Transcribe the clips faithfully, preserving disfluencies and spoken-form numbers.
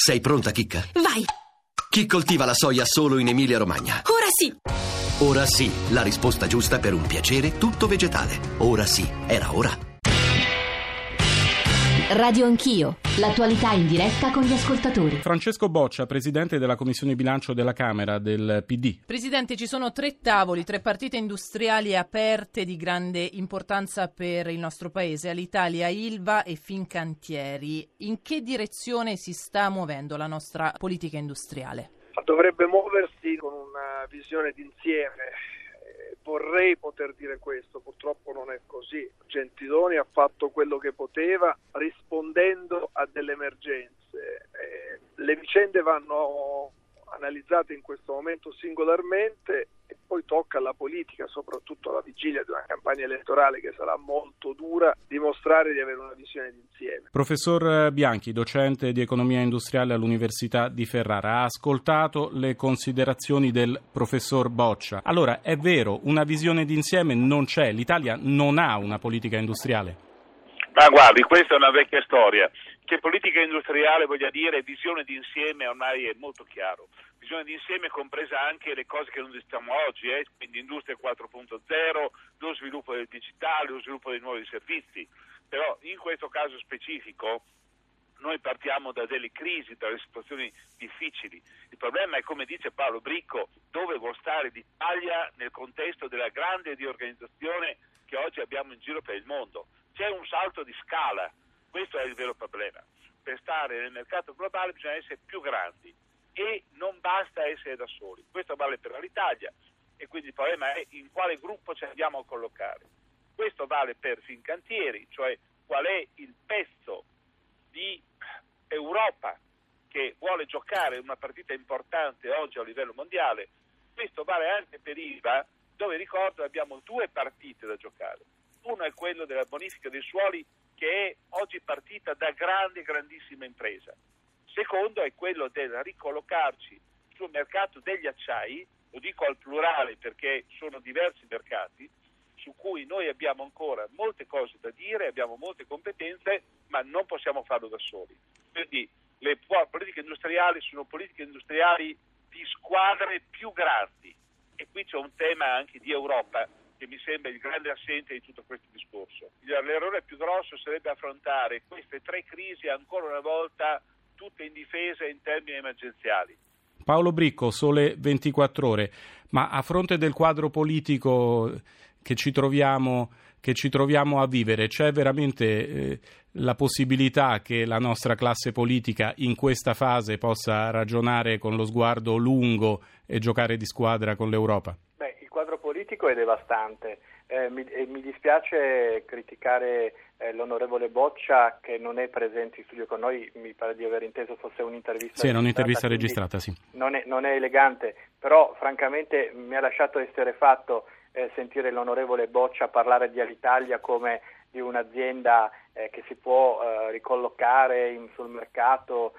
Sei pronta, Chicca? Vai! Chi coltiva la soia solo in Emilia-Romagna? Ora sì! Ora sì, la risposta giusta per un piacere tutto vegetale. Ora sì, era ora. Radio Anch'io, l'attualità in diretta con gli ascoltatori. Francesco Boccia, presidente della Commissione Bilancio della Camera del P D. Presidente, ci sono tre tavoli, tre partite industriali aperte di grande importanza per il nostro paese, Alitalia, Ilva e Fincantieri. In che direzione si sta muovendo la nostra politica industriale? Dovrebbe muoversi con una visione d'insieme. Vorrei poter dire questo, purtroppo non è così. Gentiloni ha fatto quello che poteva rispondendo a delle emergenze. Eh, le vicende vanno analizzate in questo momento singolarmente e poi tocca alla politica, soprattutto alla vigilia di una campagna elettorale che sarà molto dura, dimostrare di avere una visione d'insieme. Professor Bianchi, docente di economia industriale all'Università di Ferrara, ha ascoltato le considerazioni del professor Boccia. Allora, è vero, una visione d'insieme non c'è, l'Italia non ha una politica industriale? Ma guardi, questa è una vecchia storia. Che politica industriale voglia dire visione d'insieme ormai è molto chiaro. Visione d'insieme compresa anche le cose che non diciamo oggi, eh? Quindi industria quattro punto zero, lo sviluppo del digitale, lo sviluppo dei nuovi servizi. Però in questo caso specifico noi partiamo da delle crisi, dalle situazioni difficili. Il problema è, come dice Paolo Bricco, dove vuol stare l'Italia nel contesto della grande riorganizzazione che oggi abbiamo in giro per il mondo. C'è un salto di scala, questo è il vero problema. Per stare nel mercato globale bisogna essere più grandi e non basta essere da soli. Questo vale per l'Italia e quindi il problema è in quale gruppo ci andiamo a collocare. Questo vale per Fincantieri, cioè qual è il pezzo di Europa che vuole giocare una partita importante oggi a livello mondiale. Questo vale anche per Ilva, dove ricordo abbiamo due partite da giocare. Uno è quello della bonifica dei suoli, che è oggi partita da grande, grandissima impresa. Secondo è quello del ricollocarci sul mercato degli acciai, lo dico al plurale perché sono diversi mercati, su cui noi abbiamo ancora molte cose da dire, abbiamo molte competenze, ma non possiamo farlo da soli. Quindi le politiche industriali sono politiche industriali di squadre più grandi e qui c'è un tema anche di Europa che mi sembra il grande assente di tutto questo discorso. L'errore più grosso sarebbe affrontare queste tre crisi ancora una volta tutte in difesa in termini emergenziali. Paolo Bricco, Sole ventiquattro Ore, ma a fronte del quadro politico che ci troviamo, che ci troviamo a vivere, c'è veramente eh, la possibilità che la nostra classe politica in questa fase possa ragionare con lo sguardo lungo e giocare di squadra con l'Europa? Il quadro politico è devastante. Eh, mi, eh, mi dispiace criticare eh, l'onorevole Boccia che non è presente in studio con noi, mi pare di aver inteso fosse un'intervista sì, registrata. Sì, è un'intervista registrata, sì. Non è, non è elegante, però francamente mi ha lasciato essere fatto eh, sentire l'onorevole Boccia parlare di Alitalia come di un'azienda eh, che si può eh, ricollocare in, sul mercato,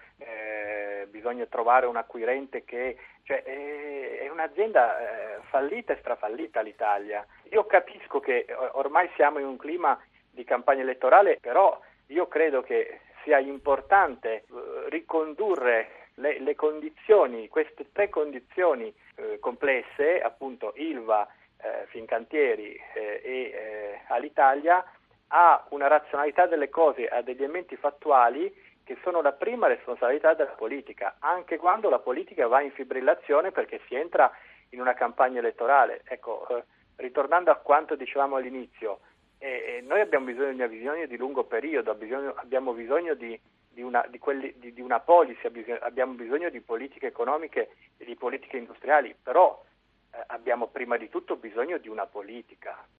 eh, bisogna trovare un acquirente che... Cioè, è, è un'azienda eh, fallita e strafallita l'Italia. Io capisco che ormai siamo in un clima di campagna elettorale, però io credo che sia importante eh, ricondurre le, le condizioni, queste tre condizioni eh, complesse, appunto Ilva, eh, Fincantieri eh, e eh, Alitalia, a una razionalità delle cose, a degli elementi fattuali che sono la prima responsabilità della politica, anche quando la politica va in fibrillazione perché si entra in una campagna elettorale. Ecco, eh, ritornando a quanto dicevamo all'inizio, eh, noi abbiamo bisogno di una visione di lungo periodo, bisogno, abbiamo bisogno di, di, una, di, quelli, di, di una policy, abbiamo bisogno di politiche economiche e di politiche industriali, però eh, abbiamo prima di tutto bisogno di una politica.